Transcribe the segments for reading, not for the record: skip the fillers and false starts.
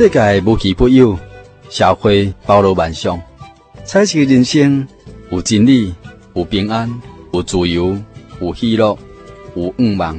世界无奇不有，社会包罗万象。彩色人生有真理，有平安，有自由，有喜乐，有愿望。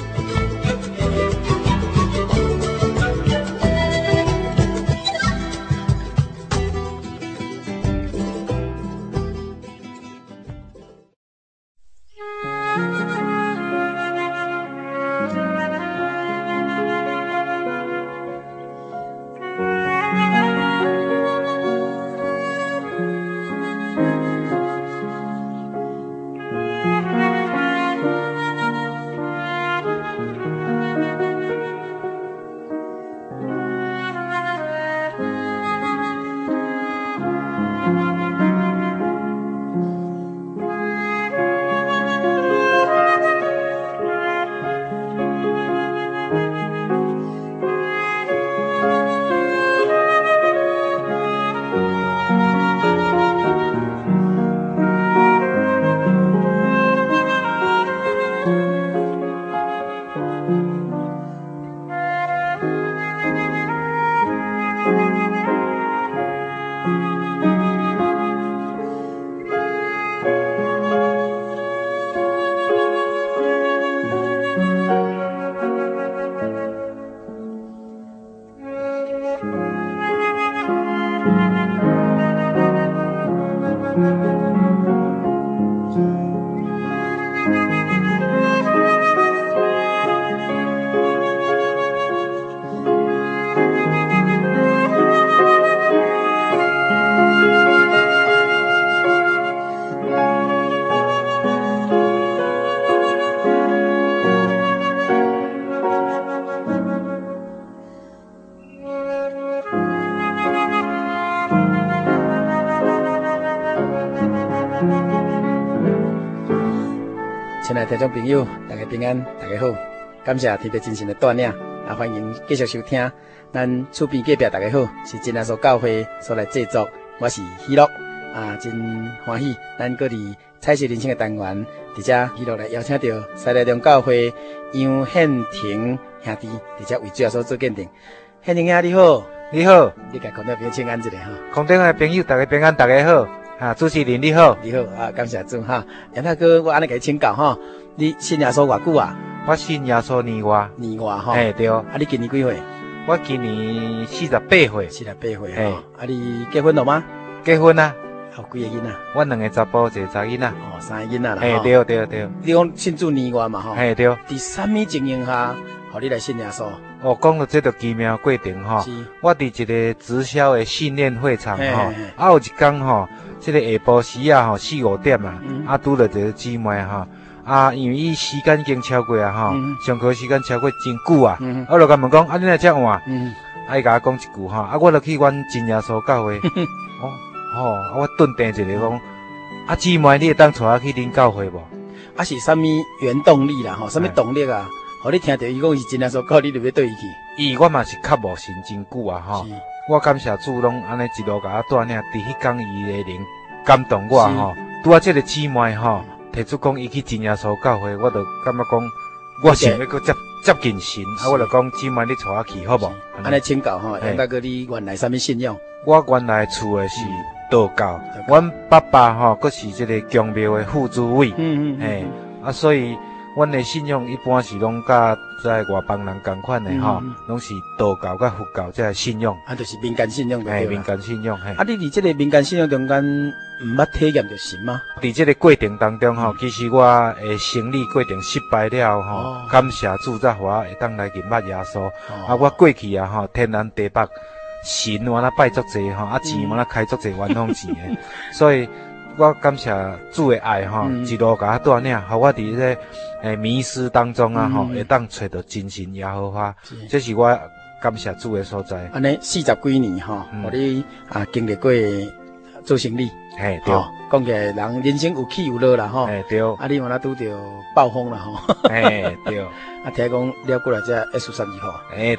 亲爱的听众朋友，大家平安，大家好，感谢天父真神的带领，欢迎继续收听咱厝边隔壁大家好，是真耶稣教会所来制作，我是喜乐真欢喜，咱搁伫彩色人生的单元，伫遮喜乐来邀请到西来中教会杨宪庭兄弟，伫遮为主要所做见证。宪庭兄你好， 你好， 你甲空中朋友请安一下哈。 空中的朋友，大家平安，大家好。主持人你好， 你好感谢主哈。杨大哥，我安尼给你请教哈，你信耶稣偌久啊？ 我信耶稣年外哈。 对。 你今年几岁？ 我今年48岁。 48岁哈。你结婚了吗？ 结婚啊。 有几个囡仔？ 我2个查甫，1个查囡仔。 3个囡仔啦。 对。 你讲信主年外嘛哈？ 对。 伫什么情形下，互你来信耶稣？ 讲到这个奇妙过程哈，我伫一个直销的训练会场哈，有一天哈。这个下晡时啊，4、5点啊，拄了一个姊妹因为伊时间已经超过上课时间超过真久啊，我就甲问讲，你若遮晚，伊甲我讲一句我就去阮真耶稣教会，我顿定一下讲，姊妹，你会当带我去恁教会无？ 是啥物原动力啦？啥物动力啊？互你听到伊讲是真耶稣教，你就要对伊去？ 我嘛是较无信真久啊我感谢主拢安尼一路甲我带领，伫迄天伊的灵感动我拄这个姊妹提出讲伊去真耶稣教会，我就感觉讲我想要搁接近神，我就讲姊妹你带我去好无？ 安尼请教杨大哥，你原来啥物信仰？ 我原来厝的是道教，阮爸爸佫是这个宫庙的副主委，所以。阮的信仰一般是拢甲在外邦人共款的拢是道教甲佛教这信仰， 就是民间信仰对啦。 民间信仰你伫这个民间信仰中间，毋捌体验着神吗？ 伫这个过程当中其实我的生理过程失败了感谢主才互我会当来认捌耶稣。我过去天南地北神我拜足济钱我开足济冤枉钱的，所以。我感谢主的爱一路甲我带领，互我伫这迷失当中会当找到真神耶和华，这是我感谢主的所在。 安尼40几年互你经历过做生理， 对， 讲起来人人生有起有落啦对， 你原来拄着暴风啦对， 听讲了过来这12号， 对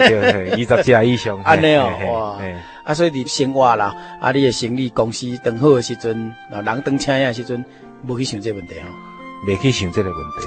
，20只以上， 安尼哇。所以你生活啦，你的生理公司长好的时阵，人当请的时阵，无去想这个问题没去想这个问题。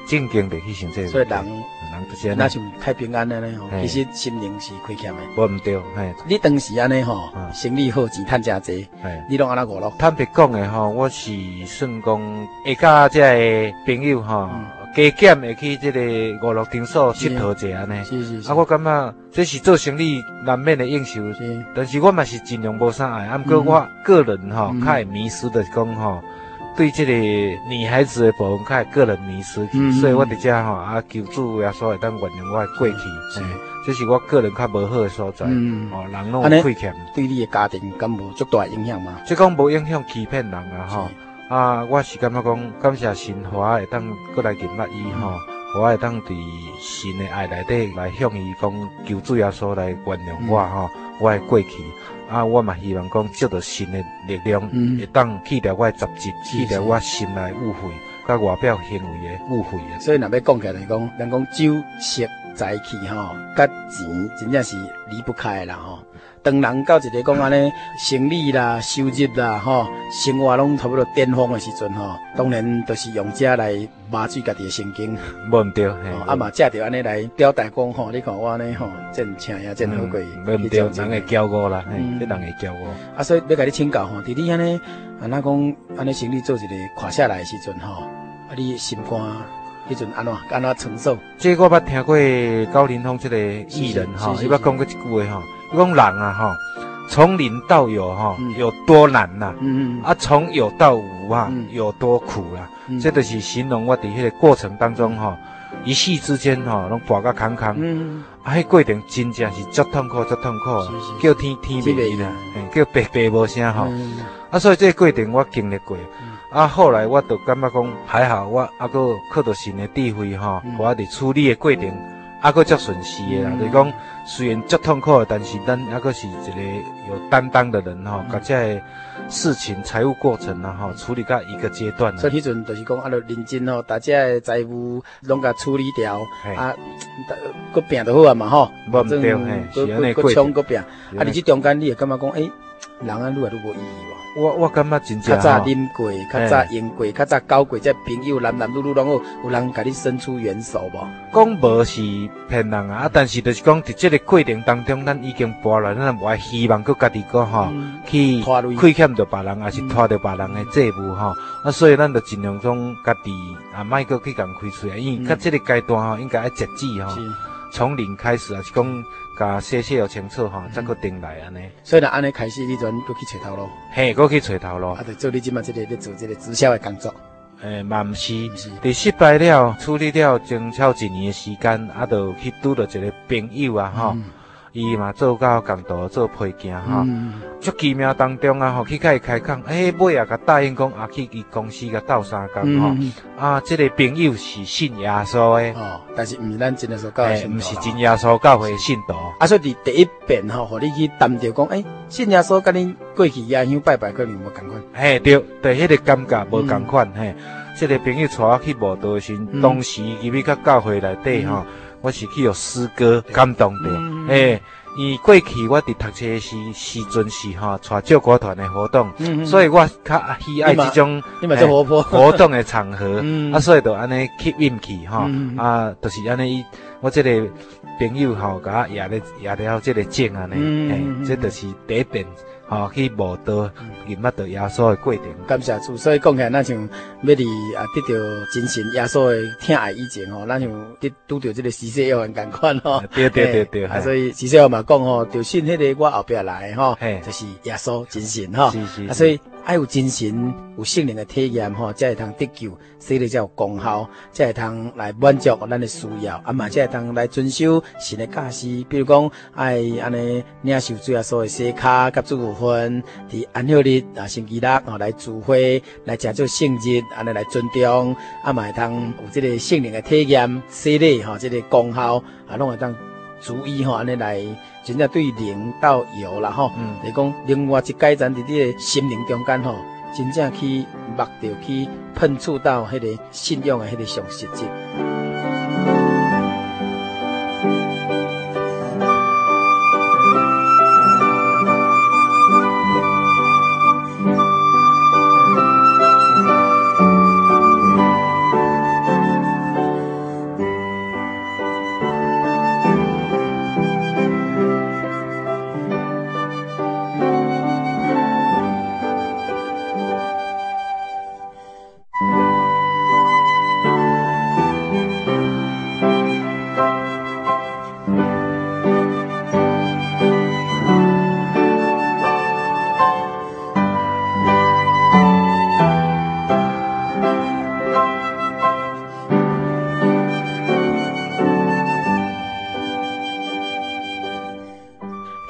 正经的去想这个。 所以人就是安尼。 那像太平安安尼吼，其实心灵是亏欠的。 无毋对，嘿。 你当时安尼吼，生理好，钱趁诚济，你拢安那娱乐？ 坦白讲诶吼，我是算讲会甲这个朋友吼。加减会去这个娱乐场所佚佗者安尼， 是。 啊，我感觉这是做生意难免的应酬，但是我嘛是尽量无啥爱，啊，不过我个人吼，较会迷失的讲吼，对这个女孩子的部分较会个人迷失去，所以我伫遮吼啊，求主耶稣会当原谅我的过去，这是我个人较无好的所在，哦，人拢有亏欠， 对你的家庭敢无足大影响吗？ 即讲无影响欺骗人啊吼。啊，我是感觉讲，感谢神，互我会当过来认捌伊吼，互我会当伫神的爱内底来向伊讲，求主耶稣来原谅我吼，我的过去。啊，我嘛希望讲，借着神的力量，会当去掉我的杂质，去掉我心内误会，甲外表行为的误会啊。 所以若要讲起来讲，人讲酒色财气吼，甲钱真正是离不开啦吼。当人到一个讲安尼，生理啦、收入啦、吼，生活拢差不多巅峰的时阵吼，当然就是用这来麻醉家己的神经。 无毋对， 啊嘛，借着安尼来表达讲吼，你看我安尼吼，真请呀，真好过。 无毋对，人会骄傲啦，这人会骄傲。 啊，所以要甲你请教吼，伫你安尼，那讲安尼生理做一个垮下来的时阵吼，啊，你心肝迄阵安怎承受？ 这我捌听过高凌风这个艺人吼，伊捌讲过一句话吼。讲人啊，哈，从零到有哈，有多难呐？啊，从有到无啊，有多苦啦？这就是形容我伫迄个过程当中哈，一夕之间哈，拢跋甲空空。啊，迄过程真正是足痛苦，足痛苦，叫天袂应啦，叫白无声吼。啊，所以这个过程我经历过。啊，后来我就感觉讲还好，我啊个靠着神的智慧哈，我伫处理的过程。啊，个足顺势的啦，就是讲虽然足痛苦，但是咱啊个是一个有担当的人吼，甲这事情财务过程啊吼，处理到一个阶段。 所以迄阵就是讲啊，就认真吼，大家的财务拢甲处理掉，啊，搁拼就好啊嘛吼， 无毋对，是安尼过。 搁冲搁拼，啊，你这中间你会感觉讲，人啊愈来愈无意义哇。 我感觉真正较早啉过，较早用过，较早交过，这朋友男女拢有人甲你伸出援手无？ 讲无是骗人啊，但是就是讲伫这个过程当中，咱已经搬来，咱无希望佮家己个吼去亏欠着别人，还是拖着别人的债务吼。啊，所以咱就尽量种家己啊，莫佮去共开出来，因为到这个阶段吼，应该要节制吼，从零开始，还是讲。甲写有清楚吼，再搁定来安尼。 所以若安尼开始，你转搁去找头路。 嘿，搁去找头路。 啊，就做你即马这个咧做这个直销的工作。 嘛毋是，伫失败了，处理了争超1年的时间，啊，就去拄到一个朋友啊吼。伊嘛做到共道做配件吼，足奇妙当中啊吼，去甲伊开讲，尾啊甲答应讲啊去伊公司甲斗3工吼，啊，这个朋友是信耶稣的哦，但是毋是咱真耶稣教的信徒， 毋是真耶稣教会的信徒。 啊，所以伫第一遍吼，互你去谈着讲，信耶稣甲恁过去野香拜拜可能无共款。 对，迄个感觉无共款嘿。这个朋友带我去慕道的时，当时入去甲教会内底吼。我是去有诗歌感动着，因过去我伫读册的时阵是吼带教歌团的活动，所以我较喜爱这种活动的场合，啊，所以就安尼吸引去吼，啊，就是安尼，我这个朋友吼，甲我也了这个证安尼，这就是第一遍。去慕道，认捌到耶稣的过程。 感谢主，所以讲起来，咱像要伫得到真神耶稣的疼爱以前吼，咱像拄着这个施洗约翰共款吼。 对。 所以施洗约翰嘛讲吼，就信迄个我后壁来吼，就是耶稣真神吼。 是。 所以爱有真神，有圣灵的体验吼，才会通得救，使你才有功效，才会通来满足咱的需要，啊嘛，才会通来遵守神的教示。比如讲，爱安尼领受主耶稣的洗脚甲祝福分，伫安息日啊星期六吼来聚会，来食做圣日，安尼来尊重，啊嘛会通有这个圣灵的体验，洗礼吼，这个功效啊，拢会当注意吼，安尼来。真正对零到有啦吼，就是讲另外一改咱伫你的心灵中间吼，真正去目着去碰触到迄个信仰的迄个上实质。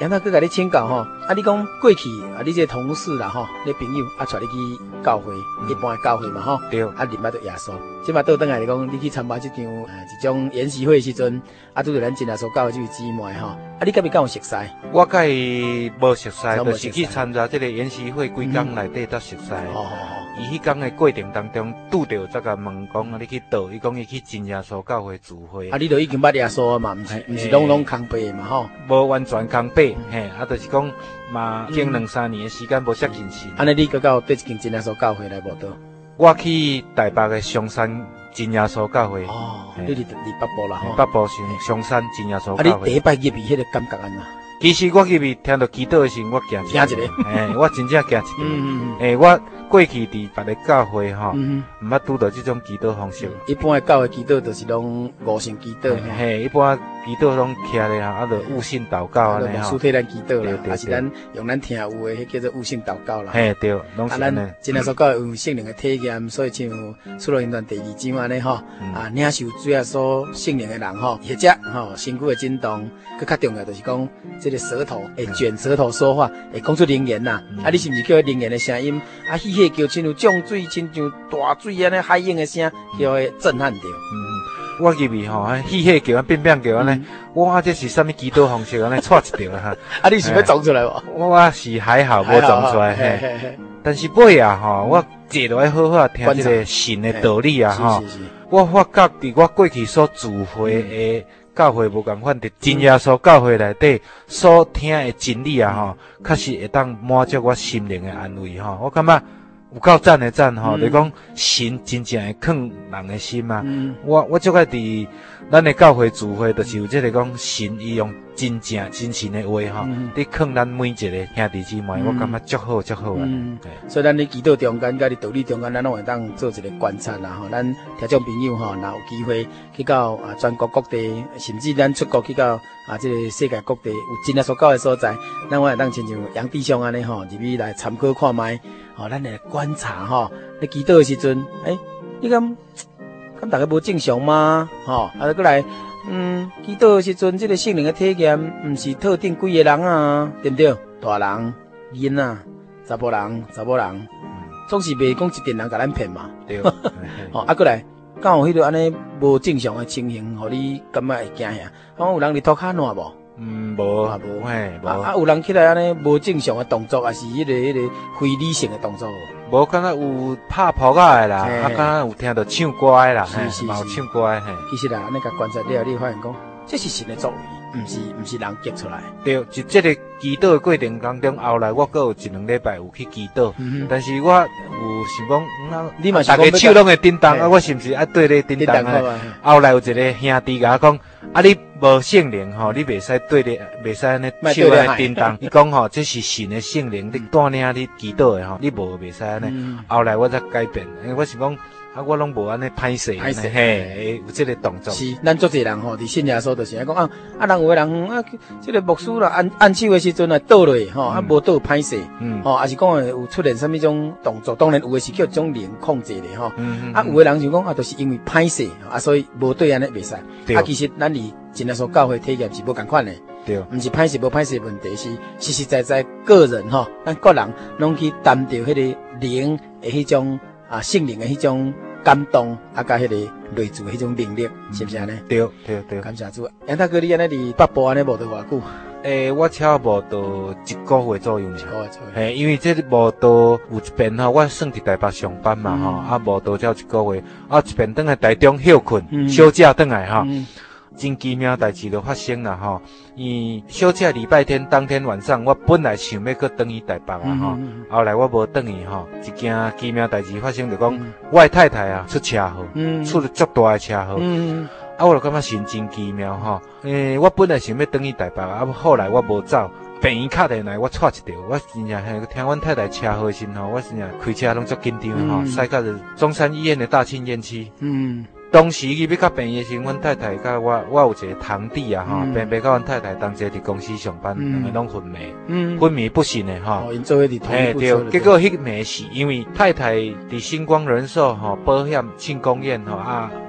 杨大哥甲你请教吼，你讲过去你这同事啦吼，你朋友带你去教会，一般的教会嘛吼， 对， 认捌到耶稣。即马倒转来讲，你去参加这场一种研习会的时阵，拄着咱真耶稣教会这位姊妹吼，你甲伊敢有熟悉？ 我甲伊无熟悉，就是去参加这个研习会，规工内底才熟悉。伊迄工的过程当中，拄着才甲问讲，你去倒？伊讲伊去真耶稣教会聚会。 你就已经捌耶稣嘛，毋是拢空白嘛吼？ 无完全空白，嘿，就是讲嘛，经2-3年的时间无接近时。 安尼你搁到对一间真耶稣教会来无倒？ 我去台北的松山真耶稣教会。 你伫北部啦吼？ 北部松山真耶稣教会。 你第一摆入去迄个感觉安怎？ 其实我入去听到祈祷的时候，我惊一个，我真正惊一个。我过去伫别个教会吼，毋捌拄到这种祈祷方式。 一般的教会祈祷就是拢五圣祈祷， 一般祈祷拢徛咧啊，就悟性祷告安尼吼。 书替咱祈祷啦，还是咱用咱听有的，迄叫做悟性祷告啦。 对，拢是安尼。 真耶稣教会有圣灵的体验，所以像出了因段第2章安尼吼，领受主耶稣圣灵的人吼，或者身躯的震动，佮较重要就是讲，这个舌头会卷舌头说话，会讲出灵言呐。你是毋是叫灵言的声音？喜喜叫亲像涨水，亲像大水安尼海涌的声，叫会震撼着。 我入去吼，喜喜叫变变叫安尼，哇，这是啥物祈祷方式安尼错一条啦哈。 你是要撞出来无？ 我是还好无撞出来，嘿。但是尾啊吼，我坐落来好好听这个神的道理啊吼。我发觉伫我过去所聚会的教会无共款，伫真耶稣教会内底所听的真理啊吼，确实会当满足我心灵的安慰吼。我感觉有够赞的赞吼，就是讲神真正会藏人的心啊。我即个伫咱的教会聚会，就是有这个讲神伊用真正真实的话吼，你藏咱每一个兄弟姊妹，我感觉足好足好啊。 所以咱伫祈祷中间，甲伫道理中间，咱拢会当做一个观察啦吼。咱听众朋友吼，若有机会去到全国各地，甚至咱出国去到这个世界各地有真耶稣教会所在，咱我会当亲像杨弟兄安尼吼，入去来参考看卖。咱来观察吼，你祈祷的时阵，你敢大家无正常吗？过来，祈祷的时阵，这个圣灵的体验，毋是特定几个人啊，对不对？大人、囡仔、查甫人、查某人，总是袂讲一定人甲咱骗嘛。 对。 过来，敢有迄个安尼无正常的情形，互你感觉会惊吓？有人伫涂骹烂无？ 无嘿，无。 有人起来安尼无正常的动作，还是迄个非理性的动作？ 无，敢若有拍扑克的啦，敢若有听到唱歌的啦，是有唱歌的嘿。 其实啦，安尼甲观察了，你发现讲，这是神的作为，毋是人激出来。 对，就这个祈祷的过程当中，后来我阁有1-2礼拜有去祈祷，但是我有想讲，你嘛大家手拢会叮当，我是毋是爱对咧叮当啊？后来有一个兄弟甲我讲，你无圣灵吼，你袂使对咧，袂使安尼手来叮当。伊讲吼，这是神的圣灵，你带领你祈祷的吼，你无袂使安尼。后来我才改变，因为我是讲。我拢无安尼歹势，嘿，有这个动作。 是，咱足侪人吼，伫信耶稣就是讲人有个人这个牧师啦，按手的时阵倒落吼，无倒歹势，还是讲有出现什么种动作，当然有的是叫种灵控制的吼，有的人就讲就是因为歹势，所以无对安尼袂使。其实咱离真耶稣教会体验是无共款的， 对， 毋是歹势无歹势问题，是实实在在个人吼，咱个人拢去担着迄个灵的迄种圣灵的迄种感动，甲迄个类似迄种能力，是不是安尼？ 对。 感谢主。杨大哥，你安尼伫北部安尼无到偌久？ 我差不多1个月左右呢。因为这无到有一遍吼，我算伫台北上班嘛吼，无到才1个月，一遍转来台中休困，休假转来吼。真奇妙代志就发生啦吼！伊休假礼拜天当天晚上，我本来想要去转去台北吼，后来我无转去吼，一件奇妙代志发生就讲，我的太太出车祸，出了足大的车祸，我就感觉神真奇妙吼。我本来想要转去台北后来我无走，病院敲电来，我错一条，我真正听阮太太车祸时吼，我真正开车拢足紧张吼，驶到中山医院的大庆院区。当时伊要到病院时，阮太太甲我有一个堂弟吼，平平甲阮太太同齐伫公司上班，两个拢昏迷，昏迷不醒的吼。因做迄伫对，结果迄暝是因为太太伫星光人寿保险庆功宴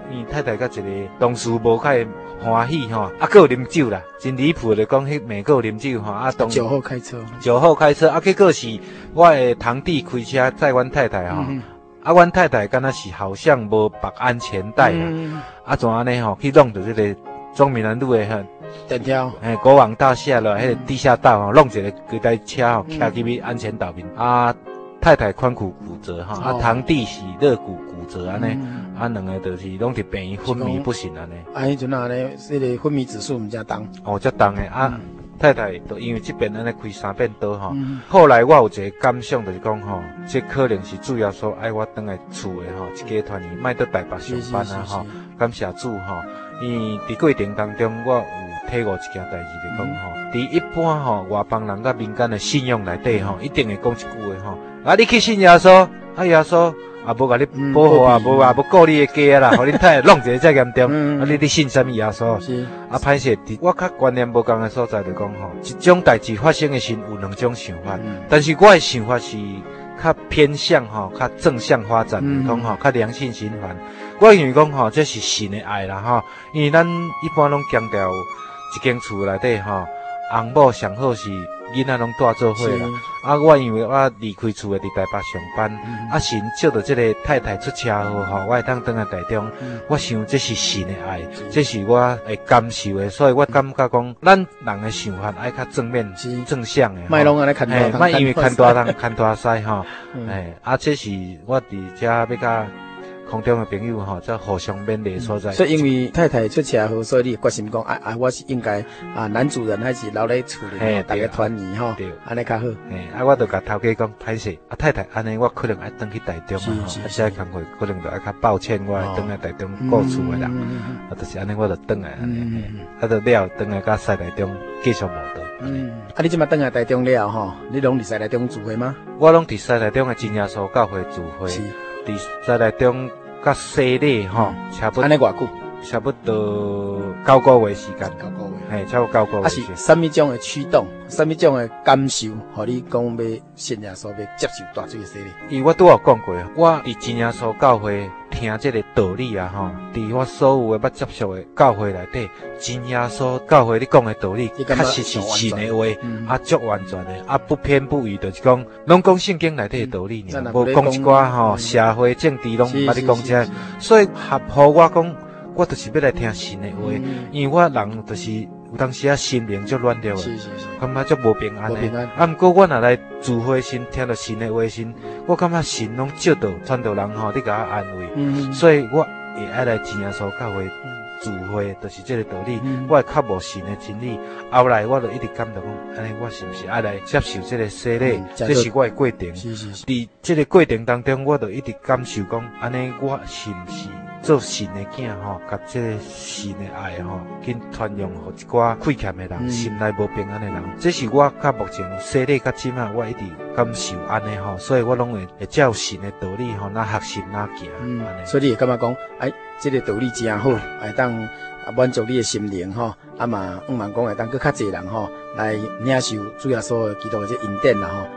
因太太甲一个同事无太欢喜吼，啊，佫有啉酒啦，真离谱的讲，迄暝佫有啉酒吼，啊， 酒后开车， 酒后开车，啊，结果是我的堂弟开车载阮太太吼，啊，阮太太敢若是好像无绑安全带啦，啊，怎安尼吼去弄到这个中闽南路的电条， 国王大厦了，迄个地下道吼，弄一个规台车吼，骑入去安全岛面，啊，太太髋骨骨折哈，啊，堂弟是肋骨骨折安尼，啊，两个就是拢伫病院昏迷不醒安尼。 啊，迄阵啊呢，这个昏迷指数毋正重。 哦，遮重诶啊，太太都因为这边安尼开3遍刀吼，后来我有一个感想就是讲吼，这可能是主要说爱我倒来厝诶吼，一家团圆，莫到台北上班啊吼，感谢主吼。因为伫过程当中，我有体悟一件代志，就讲吼，伫一般吼外邦人甲民间诶信仰内底吼，一定会讲一句话吼，啊，你去信耶稣，啊，耶稣也无甲你保护啊，无顾你诶家啦，互恁太太弄一个遮严重，啊，你信啥物耶稣？是啊，歹势，我较观念无共诶所在，就讲吼，一种代志发生诶时有两种想法，但是我诶想法是较偏向吼，较正向发展，讲吼，较良性循环。我认为讲吼，这是神的爱啦吼，因为咱一般拢强调一间厝内底吼，翁某上好是囡仔拢带做伙啦。啊，我因为我离开厝诶，伫台北上班，啊，神借着这个太太出车祸吼，我会当倒来台中，我想这是神的爱，这是我会感受的，所以我感觉讲，咱人的想法爱较正面、正向的， 莫拢安尼看大， 莫因为看大人看大师吼，啊，这是我伫遮要甲空中的朋友吼，则互相勉励所在。 所以因为太太出车祸，所以你决心讲，我是应该男主人还是留咧厝里，大家团圆吼，安尼较好。 我就甲头家讲，歹势，太太安尼，我可能爱转去台中啊，下工会可能就爱较抱歉，我会转来台中顾厝的人，就是安尼，我就转来安尼，就了转来甲西台中继续无道。 你即马转来台中了吼，你拢伫西台中聚会吗？ 我拢伫西台中的真耶稣教会聚会。伫西台中甲西里吼，差不多。 安尼偌久？ 差不多9个月时间。9个月。嘿，差不多9个月。 是什么种的驱动？什么种的感受？互你讲要信耶稣，要接受大水的洗礼？ 因为我拄有讲过，我伫真耶稣教会听这个道理啊吼，伫我所有的捌接触的教会内底，真耶稣教会你讲的道理，确实是神的话，足完全的，不偏不倚，就是讲，拢讲圣经内底的道理尔，无讲一寡吼社会政治拢捌你讲遮，所以合乎我讲，我就是要来听神的话，因为我人就是有当时心灵足软弱的，感觉足无平安的。毋过我若来聚会时听到神的话时，我感觉神拢借到传道人吼，你甲我安慰，所以我会爱来真耶稣教会聚会，就是这个道理。我会较无神的真理，后来我就一直感到讲，安尼我是不是爱来接受这个洗礼？这是我的过程。伫这个过程当中，我就一直感受讲，安尼我是不是？做神的囝吼，甲这个神的爱吼，去传扬互一寡亏欠的人，心内无平安的人，这是我甲目前洗礼甲即马我一直感受安尼吼，所以我拢会照神的道理吼，那学习那行。 所以你会感觉讲，这个道理真好，会当满足你的心灵吼，嘛，毋茫讲会当搁较侪人吼来领受主耶稣基督的这恩典啦吼。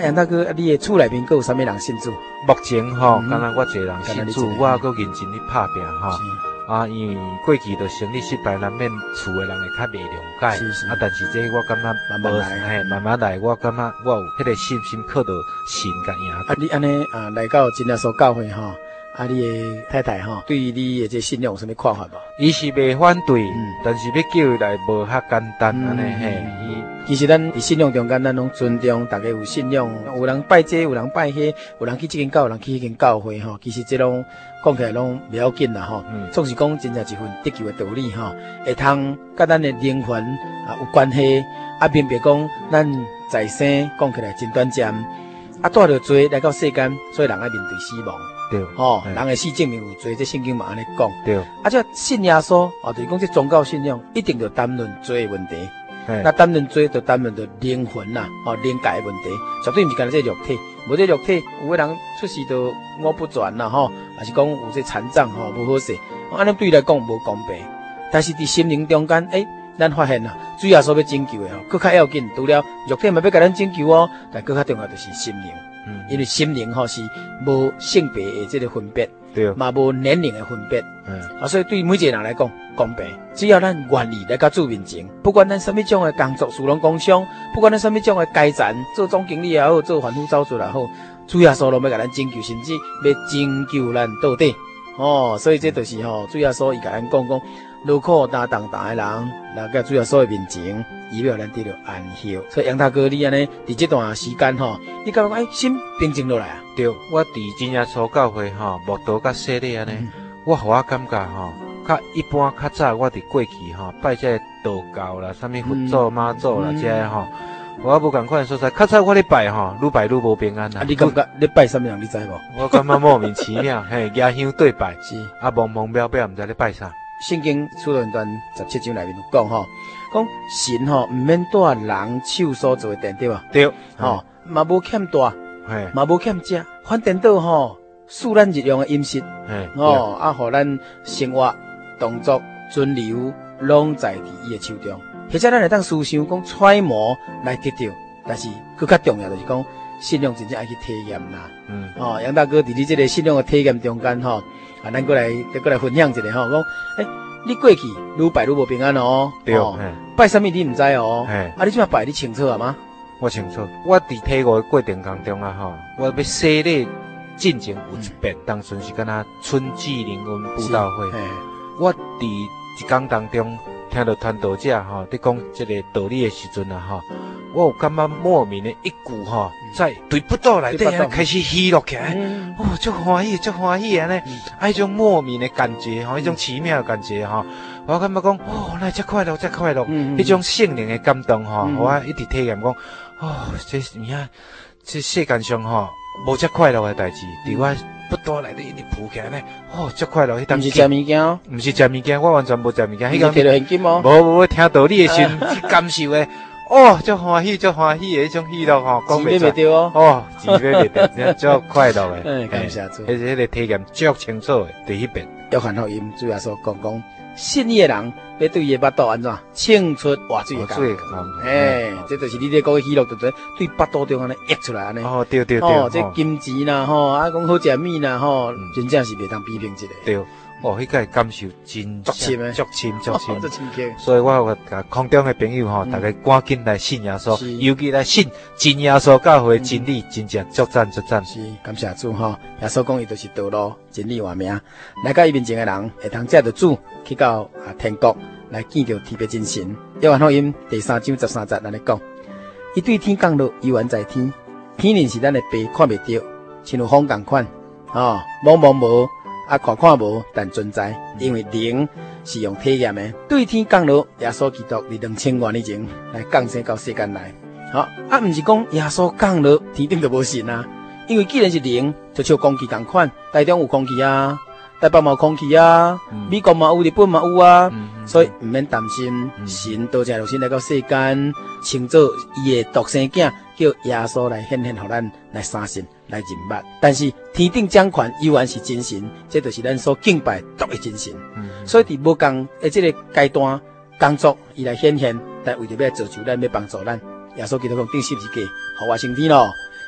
杨大哥，你的厝内面有啥物人信主？ 目前敢若我一个人信主，我还认真去打拼因为过去就生意失败，难免厝的人会较袂谅解。但是这我感觉慢慢来，我感觉我有迄个信心，靠到神甲赢。 你安尼来到真耶稣教会你的太太对于你的这信仰有啥物看法无？ 伊是袂反对，但是要叫伊来无遐简单安尼其实咱伫信仰中间，咱拢尊重大家有信仰，有人拜这，有人拜迄，有人去这间教，有人去迄间教会其实这种讲起来拢袂要紧啦总是讲真正一份得救的道理会通甲咱的灵魂有关系明白讲咱在生讲起来真短暂带着罪来到世间，所以人爱面对死亡。 对， 人的死证明有罪，这圣经嘛安尼讲。 对， 这信耶稣就是讲这宗教信仰一定就谈论罪的问题。那谈论罪就谈论到灵魂啦，灵界的问题，绝对不是干这肉体。无这肉体，有的人出世就五不全啦，还是讲有这残障无好势，安尼对伊来讲无公平。但是伫心灵中间，咱发现啦，主耶稣要拯救的更较要紧。除了肉体嘛要甲咱拯救但更较重要就是心灵。因为心灵是无性别的这个分别，对，嘛无年龄的分别，所以对每一个人来讲公平。只要咱愿意来到主面前，不管咱什么种的工作，属龙工商，不管咱什么种的阶层，做总经理也好，做凡夫走卒也好，主耶稣都要甲咱拯救，甚至要拯救咱到底。所以这就是主耶稣伊甲咱讲，劳苦担重担的人，来到主耶稣的面前，伊要咱得到安息。所以杨大哥，你安尼伫这段时间你感觉讲心平静落来啊？ 对，我伫真耶稣教会牧道甲洗礼安尼，我互我感觉较一般较早我伫过去拜这道教啦，啥物佛祖妈祖啦这我无共款所在，较早我咧拜愈拜愈无平安啦。 你感觉你拜什么人？你知无？ 我感觉莫名其妙，牙香对拜是蒙蒙渺渺，毋知咧拜啥。 圣经出论段17章内面有讲讲神毋免带人手所做的殿对吧？ 对， 嘛无欠大，嘛无欠食，反颠倒使咱日用的饮食，互咱生活动作存留拢在伫伊的手中。或者咱会当思想讲揣摩来得到，但是更较重要就是讲信仰真正爱去体验啦。杨大哥伫你这个信仰的体验中间咱过来分享一下讲你过去愈拜愈无平安对， 拜什么你唔知你怎么拜你清楚吗？ 我清楚，我伫体悟的过程当中我要洗礼进前有一遍，当时是敢若春季灵恩布道会，我伫一天当中听到传道者伫讲这个道理的时阵我有感觉莫名的一股在对不道内底开始喜乐起来，足欢喜安尼，迄种莫名的感觉迄种奇妙的感觉我感觉讲那遮快乐，迄种圣灵的感动我一直体验讲这这世间上无遮快乐的代志，伫我不道内底一直浮起来呢，足快乐。迄当时食物件毋是食物件，我完全无食物件。 迄个摕到现金吗？ 无听道理的时去感受的。足欢喜的迄种喜乐讲袂出。 钱买袂着钱买袂着，真足快乐的。 感谢主。 迄个体验足清楚的，第一遍。 约翰福音主要所讲，信伊的人要对伊的腹肚安怎清出活水的感。这就是你咧讲的喜乐，对腹肚中安尼溢出来安尼。 对。 这金钱啦讲好食物啦真正是袂当比拼一个。 对。迄个感受真足深的， 足深。 所以我甲空中的朋友大家赶紧来信耶稣，尤其来信真耶稣教会真理，真正足赞。是， 感谢主耶稣讲伊就是道路、真理、活命，来到伊面前的人会通借着主去到天国来见到天父真神。约翰福音第3章13节安尼讲，伊对天降落，伊原在天，天灵是咱的白看袂着，亲如风共款蒙无。看无，但存在，因为灵是用体验的。对天降落，耶稣基督伫2000多年前来降生到世间来。毋是讲耶稣降落天顶就无神因为既然是灵，就像空气同款，台中有空气台北嘛有空气美国嘛有，日本嘛有所以毋免担心。神多谢肉身来到世间，称作伊的独生囝，叫耶稣来显互咱来相信。来认捌，但是天顶掌权依然是真神，这就是咱所敬拜独一真神。所以伫无共这个阶段工作，伊来显现，但为着要造就咱，要帮助咱。耶稣基督讲定十字架，互我升天咯。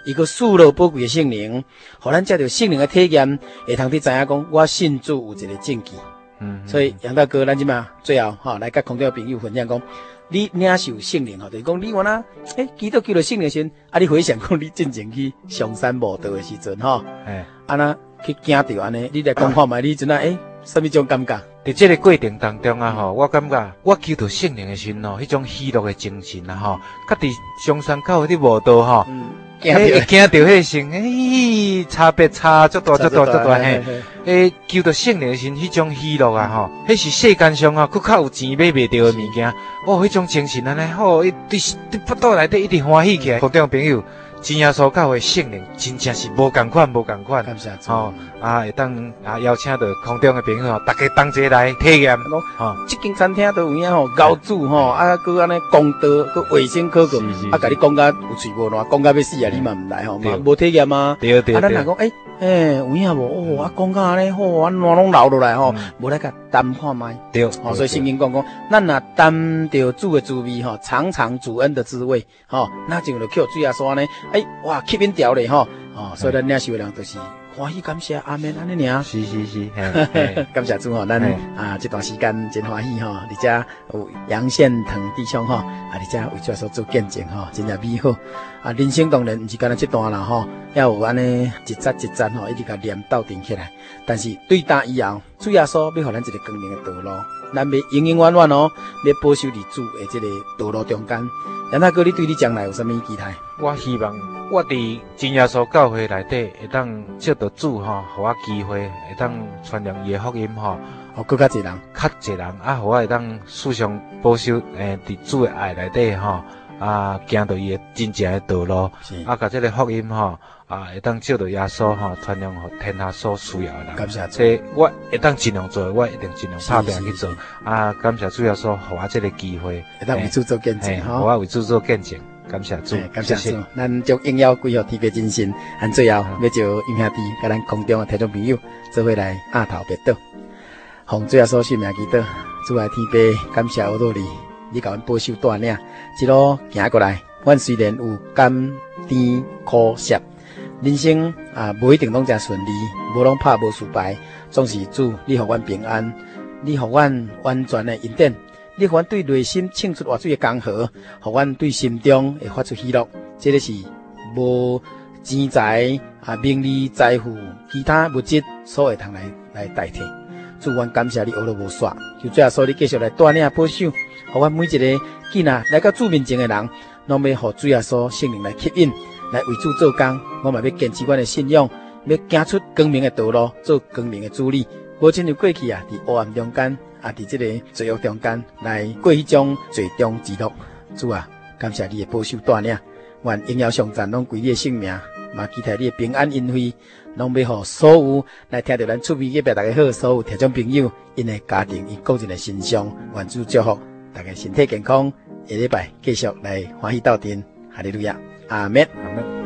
伊个赐了宝贵的圣灵，互咱接到圣灵的体验，会通去知影讲，我信主有一个证据。所以杨大哥，咱即嘛最后来甲空中的朋友分享讲，你领受圣灵就是讲你原来基督救了圣灵时，你回想讲你进前去上山无道的时阵那去惊到安尼，你来讲看卖，你阵什么种感觉？ 伫这个过程当中我感觉我求到圣灵的时迄种喜乐的精神甲伫上山口迄无道惊到迄神，差别差足大求到圣灵的时迄种喜乐迄是世间上佫较有钱买袂到的物件，迄种精神安尼伫腹肚内底一直欢喜起来。空中朋友，真耶稣教会圣灵真正是无共款。 感谢主会当邀请到空中的朋友大家同齐来体验。 这间餐厅都有影高煮佫安尼公道佫卫生可靠，甲你讲甲有嘴无烂，讲甲要死你嘛唔来嘛无体验啊。 对。 咱若讲有影无讲甲安尼好，我烂拢流落来无来甲啖看卖。 对。 所以圣经讲，咱若啖着主的滋味尝尝主恩的滋味那就着去水水安尼哇吸引掉咧所以咱领受的人就是欢喜感谢阿们安尼尔。 是， 感谢主咱这段时间真欢喜而且有杨宪腾弟兄而且为主所做见证真正美好人生当然不是干那这段啦要有安尼一节一节一直甲念斗阵起来，但是对答以后，主耶稣要互咱一个光明的道路，咱要永永远远要保守伫主的这个道路中间。杨大哥，你对你将来有啥物期待？我希望我伫真耶稣教会内底会当接到主互我机会，会当传扬伊的福音更加侪人， 互我会当时常保守伫主的爱内底行到伊的真正的道路，甲这个福音会当照到耶稣传扬互天下所需要的人。 感谢主， 所以我会当尽量做，我一定尽量拍拼去做。感谢主耶稣互我这个机会， 会当为主做见证互我为主做见证。感谢主， 感谢主。咱将应邀归予天父真神，最后要招音兄弟甲咱空中的听众朋友做伙来压头别祷，奉主耶稣圣名祈祷，主爱天父，感谢我多你甲阮保守带领，一路行过来。阮虽然有甘甜苦涩，人生无一定拢真顺利，无拢拍无失败，总是主你互阮平安，你互阮完全的恩典，你互阮对内心庆出活水的江河，互阮对心中会发出喜乐。这个是无钱财名利财富其他物质所会通来代替。主，阮感谢你，学了无煞，就最后说你继续来带领保守，互阮每一个囡仔来到主面前的人，拢要互主耶稣圣灵来吸引，来为主做工。我嘛要坚持阮的信仰，要行出光明的道路，做光明的主理。无亲像过去伫黑暗中间伫这个罪恶中间来过迄种罪中之乐。主啊，感谢你的保守带领，愿荣耀颂赞拢归你的圣名，嘛期待你的平安恩惠。拢要互所有来听到咱厝边隔壁大家好，所有听众朋友，因的家庭，因个人的身上，愿主祝福大家身体健康，下礼拜继续来欢喜斗阵，哈利路亚，阿们，阿们。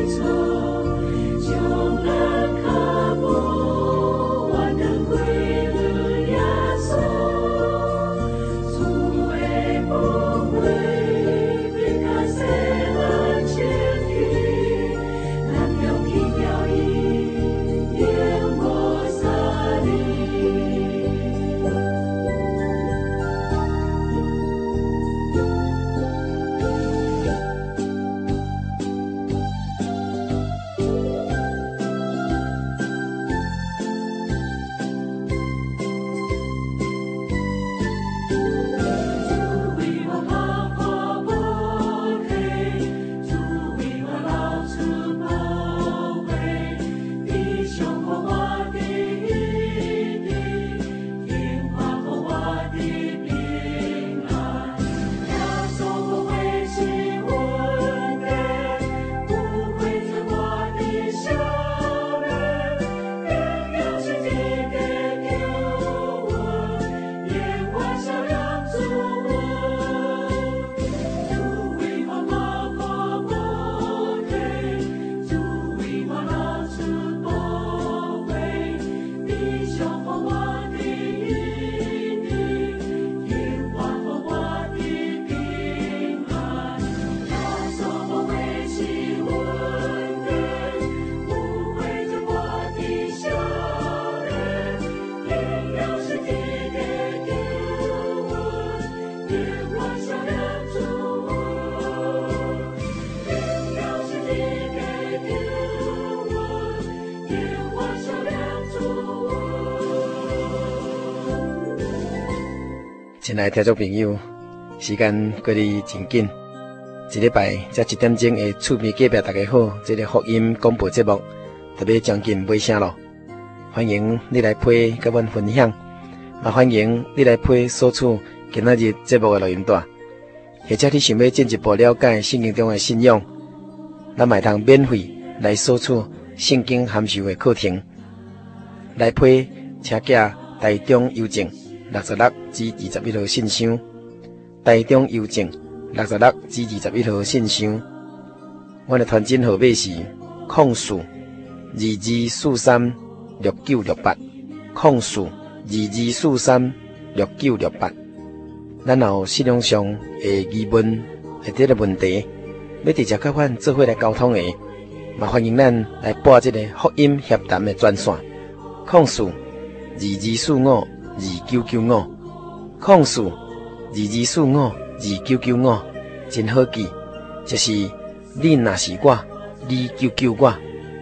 亲爱的听众朋友，时间过得真紧，一礼拜才1点钟的厝边隔壁大家好，这个福音广播节目特别将近尾声咯。欢迎你来陪跟阮分享，也欢迎你来陪索取今仔日节目的录音带，或者你想要进一步了解圣经中的信仰，咱嘛会通免费来索取圣经函授的课程，来陪车架台中邮政66至21号信箱，台中邮政66至21号信箱。阮的传真号码是0422436968，0422436968。咱有信仰上的疑问或者个问题，要直接甲阮做伙来沟通的，嘛欢迎咱来拨这个福音协谈的专线，0422452995，0422452995，真好记，就是你若是我，你救救我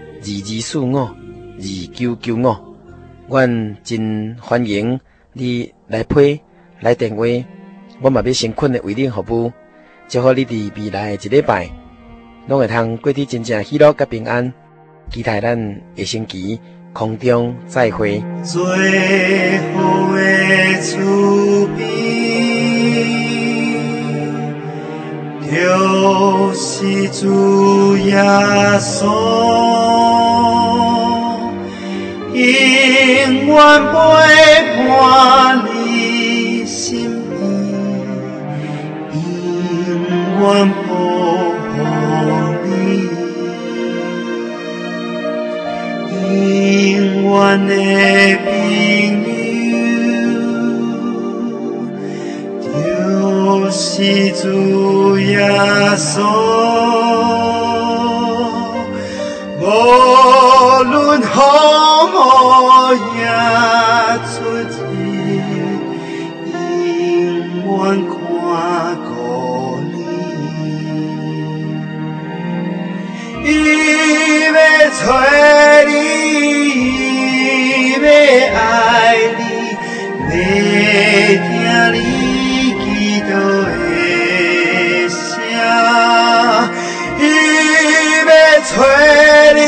，22452995，阮真欢迎你来配来电话，我嘛要诚恳的为你服务，祝福你伫未来的一礼拜，拢会通过得真正喜乐甲平安，期待咱下星期空中再会。 最后的慈悲，就是主耶稣，永远陪伴你身边，永远保护你。永远的朋友，就是主耶稣，无论风雨也出现，永远看顾你。伊要找你，要爱你，要听你祈祷的声。伊要找你，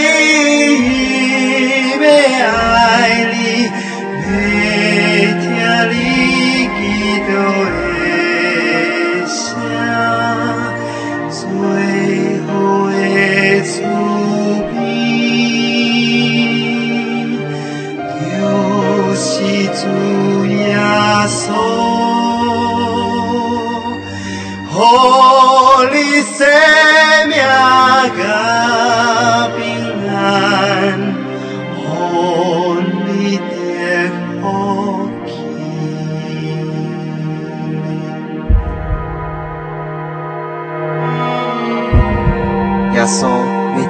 要爱你，要听你祈祷的声。最后的慈悲，就是主耶稣，予你生命甲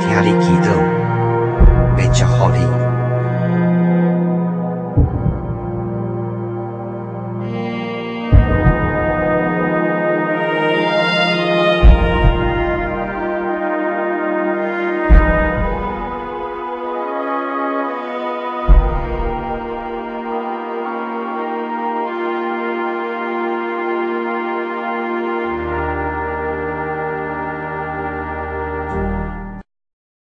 听你祈祷。